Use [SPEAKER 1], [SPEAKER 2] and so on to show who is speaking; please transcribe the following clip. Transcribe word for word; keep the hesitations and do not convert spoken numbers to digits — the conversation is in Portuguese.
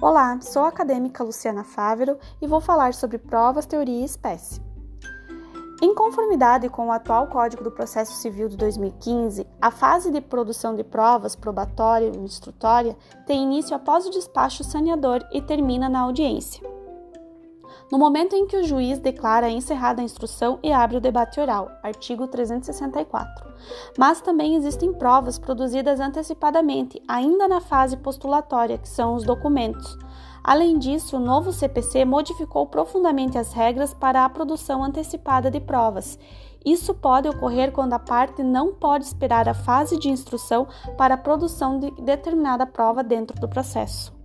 [SPEAKER 1] Olá, sou a acadêmica Luciana Fávero e vou falar sobre provas, teoria e espécie. Em conformidade com o atual Código do Processo Civil de dois mil e quinze, a fase de produção de provas probatória e instrutória tem início após o despacho saneador e termina na audiência, no momento em que o juiz declara encerrada a instrução e abre o debate oral, artigo trezentos e sessenta e quatro. Mas também existem provas produzidas antecipadamente, ainda na fase postulatória, que são os documentos. Além disso, o novo C P C modificou profundamente as regras para a produção antecipada de provas. Isso pode ocorrer quando a parte não pode esperar a fase de instrução para a produção de determinada prova dentro do processo.